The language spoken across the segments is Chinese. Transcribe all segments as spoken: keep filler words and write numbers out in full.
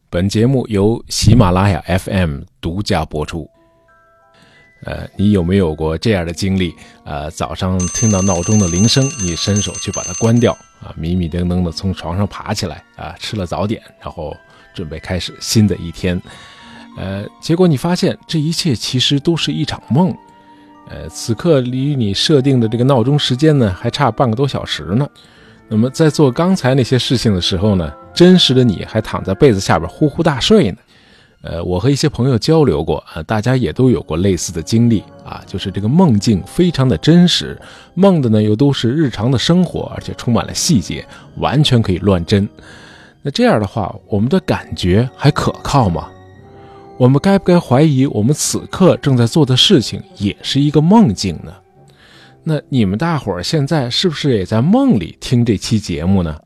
本节目由喜马拉雅 F M 独家播出。呃，你有没有过这样的经历？呃，早上听到闹钟的铃声，你伸手去把它关掉，啊，迷迷瞪瞪的从床上爬起来，啊，吃了早点，然后准备开始新的一天。呃，结果你发现这一切其实都是一场梦。呃，此刻离你设定的这个闹钟时间呢，还差半个多小时呢。那么在做刚才那些事情的时候呢，真实的你还躺在被子下边呼呼大睡呢。呃，我和一些朋友交流过啊，大家也都有过类似的经历啊，就是这个梦境非常的真实，梦的呢又都是日常的生活，而且充满了细节，完全可以乱真。那这样的话，我们的感觉还可靠吗？我们该不该怀疑我们此刻正在做的事情也是一个梦境呢？那你们大伙儿现在是不是也在梦里听这期节目呢？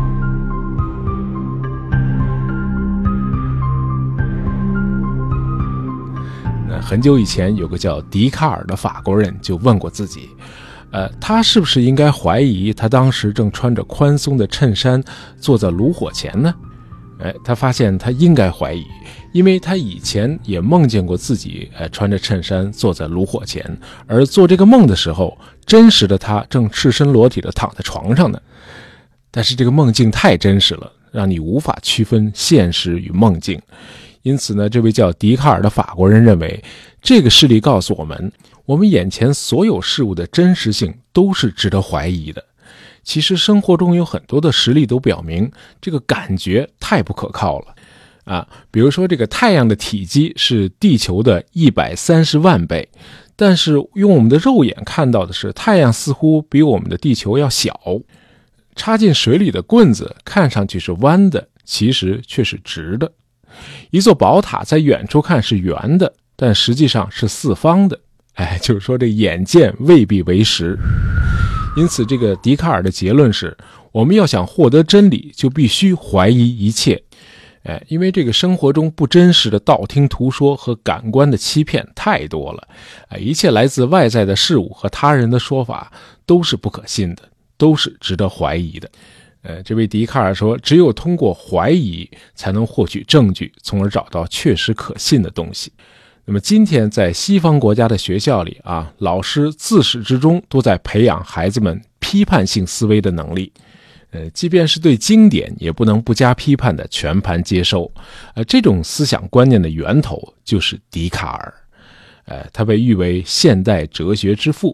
很久以前有个叫笛卡尔的法国人就问过自己，呃，他是不是应该怀疑他当时正穿着宽松的衬衫坐在炉火前呢？哎，他发现他应该怀疑，因为他以前也梦见过自己呃穿着衬衫坐在炉火前，而做这个梦的时候，真实的他正赤身裸体的躺在床上呢。但是这个梦境太真实了，让你无法区分现实与梦境。因此呢，这位叫笛卡尔的法国人认为，这个事例告诉我们，我们眼前所有事物的真实性都是值得怀疑的。其实生活中有很多的实例都表明，这个感觉太不可靠了啊。比如说这个太阳的体积是地球的一百三十万倍，但是用我们的肉眼看到的是，太阳似乎比我们的地球要小。插进水里的棍子看上去是弯的，其实却是直的。一座宝塔在远处看是圆的，但实际上是四方的。哎，就是说这眼见未必为实。因此这个笛卡尔的结论是，我们要想获得真理，就必须怀疑一切。哎，因为这个生活中不真实的道听途说和感官的欺骗太多了。哎，一切来自外在的事物和他人的说法都是不可信的，都是值得怀疑的。呃，这位笛卡尔说，只有通过怀疑才能获取证据，从而找到确实可信的东西。那么今天在西方国家的学校里啊，老师自始至终都在培养孩子们批判性思维的能力。呃，即便是对经典也不能不加批判的全盘接收。呃，这种思想观念的源头就是笛卡尔。呃，他被誉为现代哲学之父。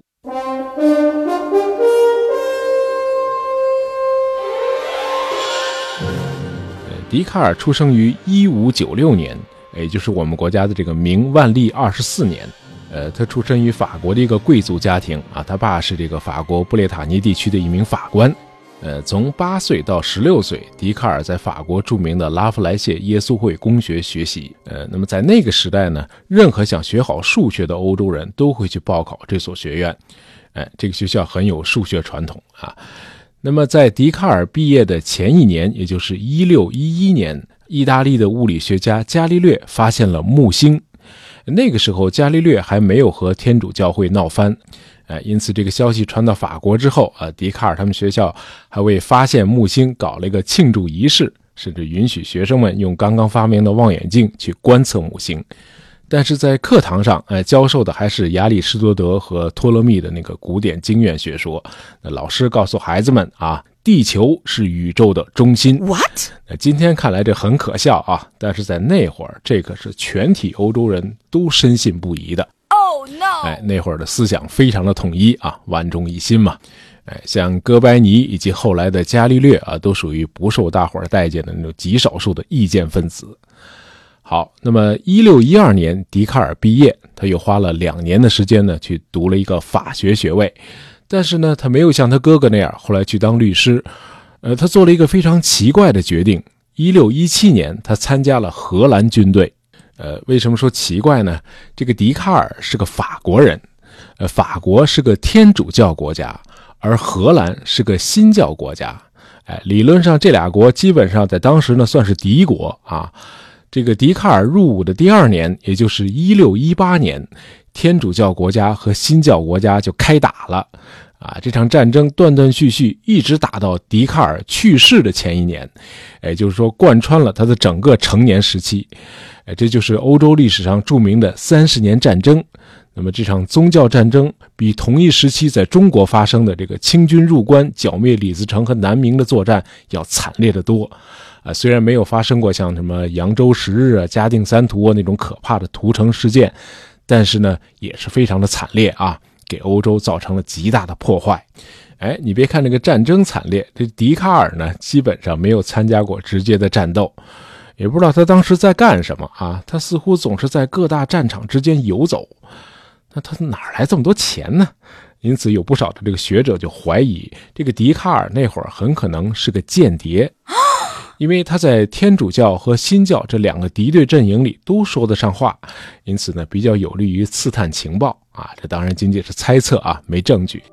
笛卡尔出生于一五九六年，也就是我们国家的这个明万历二十四年。呃，他出身于法国的一个贵族家庭啊，他爸是这个法国布列塔尼地区的一名法官。呃，从八岁到十六岁，笛卡尔在法国著名的拉夫莱谢耶稣会公学学习。呃，那么在那个时代呢，任何想学好数学的欧洲人都会去报考这所学院。呃，这个学校很有数学传统啊。那么在笛卡尔毕业的前一年，也就是一六一一年，意大利的物理学家伽利略发现了木星。那个时候伽利略还没有和天主教会闹翻，呃，因此这个消息传到法国之后啊，笛卡尔他们学校还为发现木星搞了一个庆祝仪式，甚至允许学生们用刚刚发明的望远镜去观测木星。但是在课堂上，呃，教授的还是亚里士多德和托勒密的那个古典经验学说。那老师告诉孩子们啊，地球是宇宙的中心。 What？ 那今天看来这很可笑啊，但是在那会儿，这可是全体欧洲人都深信不疑的。 Oh no！ 哎，那会儿的思想非常的统一啊，万众一心嘛。哎，像哥白尼以及后来的伽利略啊，都属于不受大伙儿待见的那种极少数的意见分子。好，那么一六一二年笛卡尔毕业，他又花了两年的时间呢，去读了一个法学学位。但是呢，他没有像他哥哥那样后来去当律师。呃，他做了一个非常奇怪的决定。一六一七年，他参加了荷兰军队。呃，为什么说奇怪呢？这个笛卡尔是个法国人，呃，法国是个天主教国家，而荷兰是个新教国家。哎，理论上这俩国基本上在当时呢算是敌国啊。这个笛卡尔入伍的第二年，也就是一六一八年，天主教国家和新教国家就开打了。 啊，这场战争断断续续一直打到笛卡尔去世的前一年，也就是说贯穿了他的整个成年时期。哎，这就是欧洲历史上著名的三十年战争。那么这场宗教战争比同一时期在中国发生的这个清军入关剿灭李自成和南明的作战要惨烈得多。啊，虽然没有发生过像什么扬州十日啊、嘉定三屠啊那种可怕的屠城事件，但是呢也是非常的惨烈啊，给欧洲造成了极大的破坏。哎，你别看这个战争惨烈，这笛卡尔呢基本上没有参加过直接的战斗，也不知道他当时在干什么啊，他似乎总是在各大战场之间游走。那他哪来这么多钱呢？因此有不少的这个学者就怀疑这个笛卡尔那会儿很可能是个间谍，因为他在天主教和新教这两个敌对阵营里都说得上话，因此呢比较有利于刺探情报啊。这当然仅仅是猜测啊，没证据。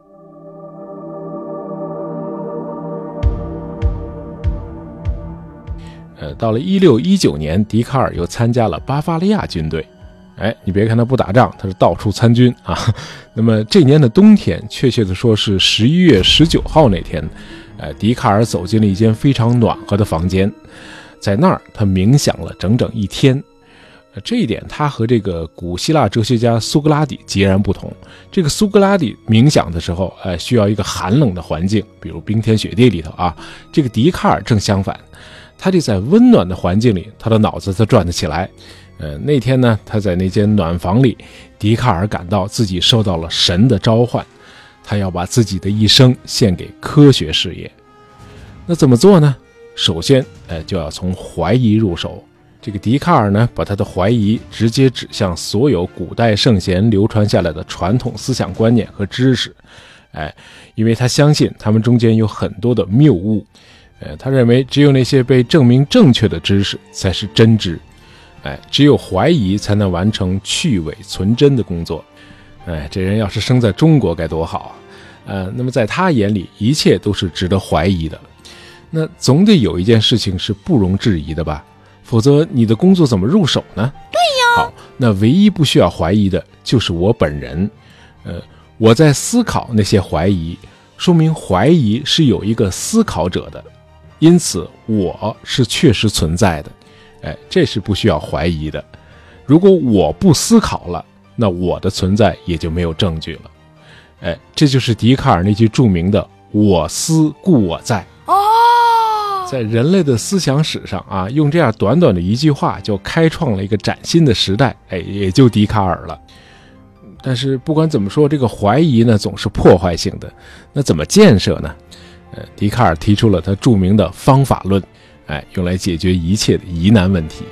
呃，到了一六一九年，笛卡尔又参加了巴伐利亚军队。哎，你别看他不打仗，他是到处参军啊。那么这年的冬天，确切的说是十一月十九号那天，呃，笛卡尔走进了一间非常暖和的房间，在那儿他冥想了整整一天。呃、这一点他和这个古希腊哲学家苏格拉底截然不同。这个苏格拉底冥想的时候，呃，需要一个寒冷的环境，比如冰天雪地里头啊。这个笛卡尔正相反，他就在温暖的环境里，他的脑子才转得起来。呃，那天呢，他在那间暖房里，笛卡尔感到自己受到了神的召唤，他要把自己的一生献给科学事业。那怎么做呢？首先，呃，就要从怀疑入手。这个笛卡尔呢，把他的怀疑直接指向所有古代圣贤流传下来的传统思想观念和知识。哎，因为他相信他们中间有很多的谬误。呃，他认为只有那些被证明正确的知识才是真知。哎，只有怀疑才能完成去伪存真的工作。哎，这人要是生在中国该多好啊！呃，那么在他眼里，一切都是值得怀疑的。那总得有一件事情是不容置疑的吧？否则你的工作怎么入手呢？ 对呀。 好，那唯一不需要怀疑的就是我本人。呃，我在思考那些怀疑，说明怀疑是有一个思考者的，因此我是确实存在的。哎，这是不需要怀疑的。如果我不思考了，那我的存在也就没有证据了。哎，这就是笛卡尔那句著名的“我思故我在”。 哦， 在人类的思想史上啊，用这样短短的一句话就开创了一个崭新的时代。哎，也就笛卡尔了。但是不管怎么说，这个怀疑呢总是破坏性的。那怎么建设呢？呃，笛卡尔提出了他著名的方法论。哎，用来解决一切的疑难问题。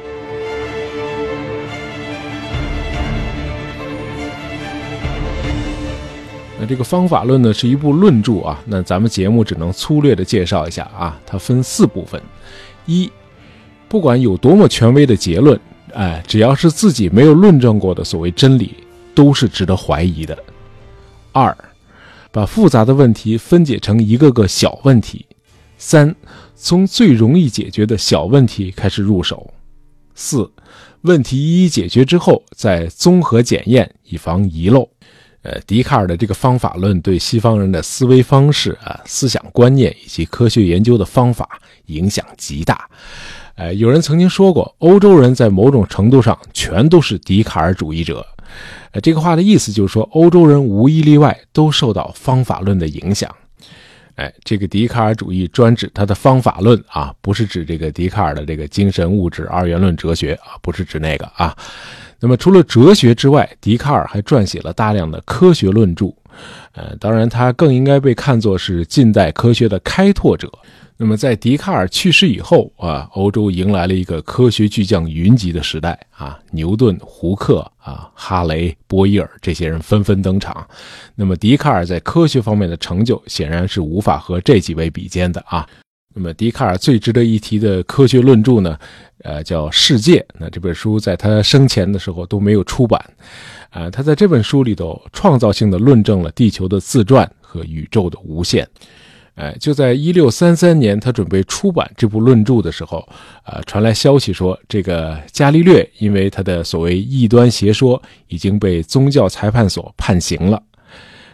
那这个方法论呢，是一部论著啊。那咱们节目只能粗略的介绍一下啊。它分四部分：一，不管有多么权威的结论，哎，只要是自己没有论证过的所谓真理，都是值得怀疑的。二，把复杂的问题分解成一个个小问题。三，从最容易解决的小问题开始入手。四，问题一一解决之后，再综合检验，以防遗漏。呃，笛卡尔的这个方法论对西方人的思维方式啊、思想观念以及科学研究的方法影响极大。呃，有人曾经说过，欧洲人在某种程度上全都是笛卡尔主义者。呃，这个话的意思就是说，欧洲人无一例外都受到方法论的影响。哎，这个笛卡尔主义专指他的方法论啊，不是指这个笛卡尔的这个精神物质二元论哲学啊，不是指那个啊。那么除了哲学之外，笛卡尔还撰写了大量的科学论著。呃，当然他更应该被看作是近代科学的开拓者。那么在笛卡尔去世以后啊，欧洲迎来了一个科学巨匠云集的时代啊，牛顿、胡克啊、哈雷、波伊尔这些人纷纷登场。那么笛卡尔在科学方面的成就显然是无法和这几位比肩的啊。那么笛卡尔最值得一提的科学论著呢，呃，叫《世界》。那这本书在他生前的时候都没有出版。呃，他在这本书里头创造性的论证了地球的自转和宇宙的无限。呃，就在一六三三年，他准备出版这部论著的时候，呃，传来消息说，这个伽利略因为他的所谓异端邪说已经被宗教裁判所判刑了。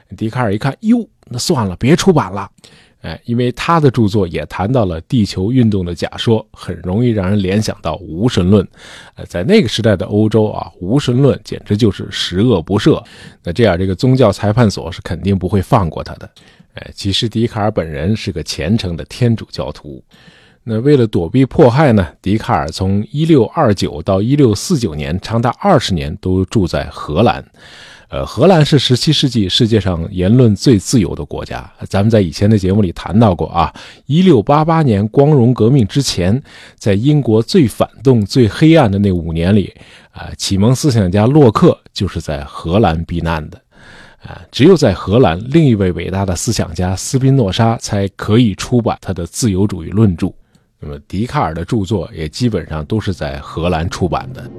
笛卡尔一看，哟，那算了，别出版了。哎，因为他的著作也谈到了地球运动的假说，很容易让人联想到无神论。呃，在那个时代的欧洲啊，无神论简直就是十恶不赦。那这样这个宗教裁判所是肯定不会放过他的。哎，其实笛卡尔本人是个虔诚的天主教徒。那为了躲避迫害呢，笛卡尔从一六二九到一六四九年，长达二十年都住在荷兰。呃，荷兰是十七世纪世界上言论最自由的国家。咱们在以前的节目里谈到过啊，一六八八年光荣革命之前，在英国最反动、最黑暗的那五年里，啊、呃，启蒙思想家洛克就是在荷兰避难的。啊、呃，只有在荷兰，另一位伟大的思想家斯宾诺莎才可以出版他的自由主义论著。那么，笛卡尔的著作也基本上都是在荷兰出版的。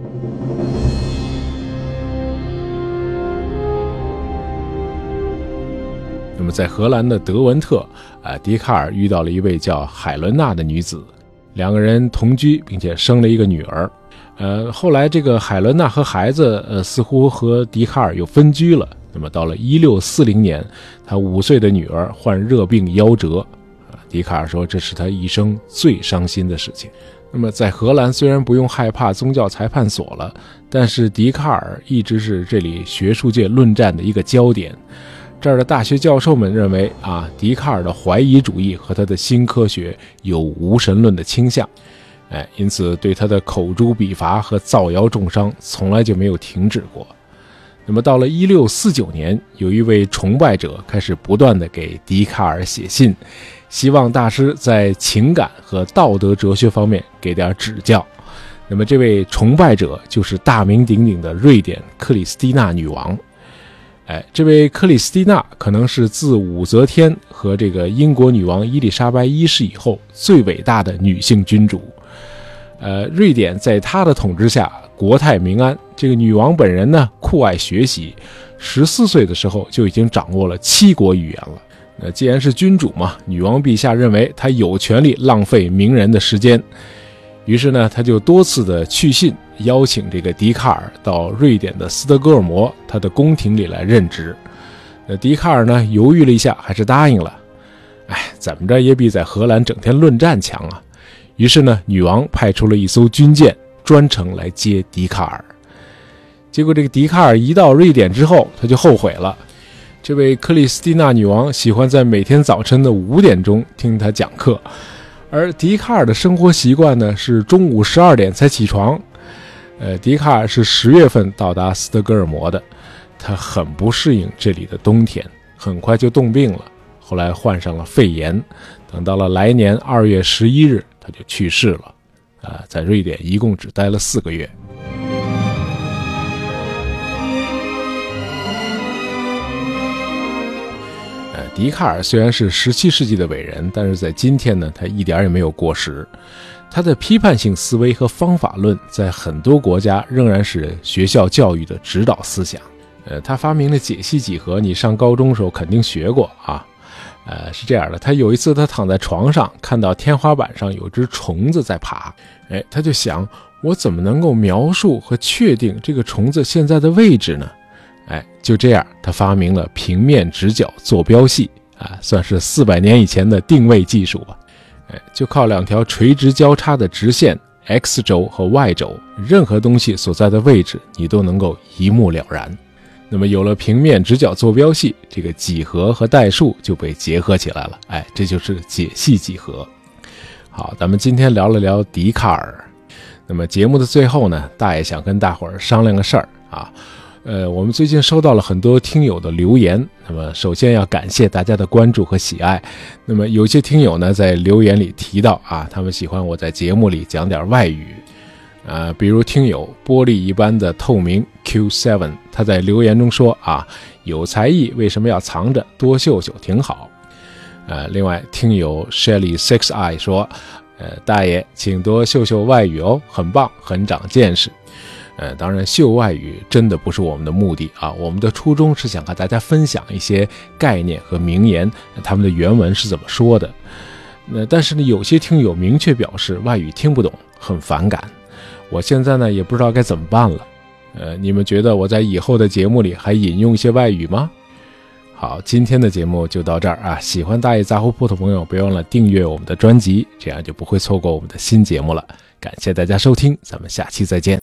那么在荷兰的德文特，啊，笛卡尔遇到了一位叫海伦娜的女子，两个人同居，并且生了一个女儿。呃，后来这个海伦娜和孩子，呃，似乎和笛卡尔又分居了。那么到了一六四零年，他五岁的女儿患热病夭折，啊，笛卡尔说这是他一生最伤心的事情。那么在荷兰虽然不用害怕宗教裁判所了，但是笛卡尔一直是这里学术界论战的一个焦点。这儿的大学教授们认为啊，笛卡尔的怀疑主义和他的新科学有无神论的倾向，哎，因此对他的口诛笔伐和造谣重伤从来就没有停止过。那么到了一六四九年，有一位崇拜者开始不断地给笛卡尔写信，希望大师在情感和道德哲学方面给点指教。那么这位崇拜者就是大名鼎鼎的瑞典克里斯蒂娜女王。哎，这位克里斯蒂娜可能是自武则天和这个英国女王伊丽莎白一世以后最伟大的女性君主。呃，瑞典在她的统治下国泰民安。这个女王本人呢，酷爱学习，十四岁的时候就已经掌握了七国语言了。那既然是君主嘛，女王陛下认为她有权利浪费名人的时间，于是呢，他就多次的去信邀请这个笛卡尔到瑞典的斯德哥尔摩他的宫廷里来任职。那笛卡尔呢犹豫了一下，还是答应了。哎，怎么着也比在荷兰整天论战强啊。于是呢，女王派出了一艘军舰专程来接笛卡尔。结果这个笛卡尔一到瑞典之后，他就后悔了。这位克里斯蒂娜女王喜欢在每天早晨的五点钟听他讲课，而笛卡尔的生活习惯呢是中午十二点才起床。呃，笛卡尔是十月份到达斯德哥尔摩的，他很不适应这里的冬天，很快就冻病了，后来患上了肺炎，等到了来年二月十一日，他就去世了。啊、呃，在瑞典一共只待了四个月。笛卡尔虽然是十七世纪的伟人，但是在今天呢，他一点也没有过时。他的批判性思维和方法论在很多国家仍然是学校教育的指导思想。呃，他发明了解析几何，你上高中的时候肯定学过啊。呃，是这样的，他有一次他躺在床上，看到天花板上有只虫子在爬，哎，他就想，我怎么能够描述和确定这个虫子现在的位置呢？哎，就这样，他发明了平面直角坐标系啊，算是四百年以前的定位技术吧。哎，就靠两条垂直交叉的直线 X 轴和 Y 轴，任何东西所在的位置你都能够一目了然。那么有了平面直角坐标系，这个几何和代数就被结合起来了。哎，这就是解析几何。好，咱们今天聊了聊笛卡尔。那么节目的最后呢，大爷想跟大伙儿商量个事儿啊。呃，我们最近收到了很多听友的留言，那么首先要感谢大家的关注和喜爱。那么有些听友呢在留言里提到啊，他们喜欢我在节目里讲点外语，呃，比如听友玻璃一般的透明 Q 七， 他在留言中说啊，有才艺为什么要藏着，多秀秀挺好。呃，另外听友 Shelly Six Eye 说，呃，大爷请多秀秀外语哦，很棒，很长见识。呃，当然秀外语真的不是我们的目的啊，我们的初衷是想和大家分享一些概念和名言，他们的原文是怎么说的。那但是呢，有些听友明确表示外语听不懂，很反感。我现在呢也不知道该怎么办了。呃，你们觉得我在以后的节目里还引用一些外语吗？ 好，今天的节目就到这儿啊！喜欢大爷杂货铺的朋友，别忘了订阅我们的专辑，这样就不会错过我们的新节目了。感谢大家收听，咱们下期再见。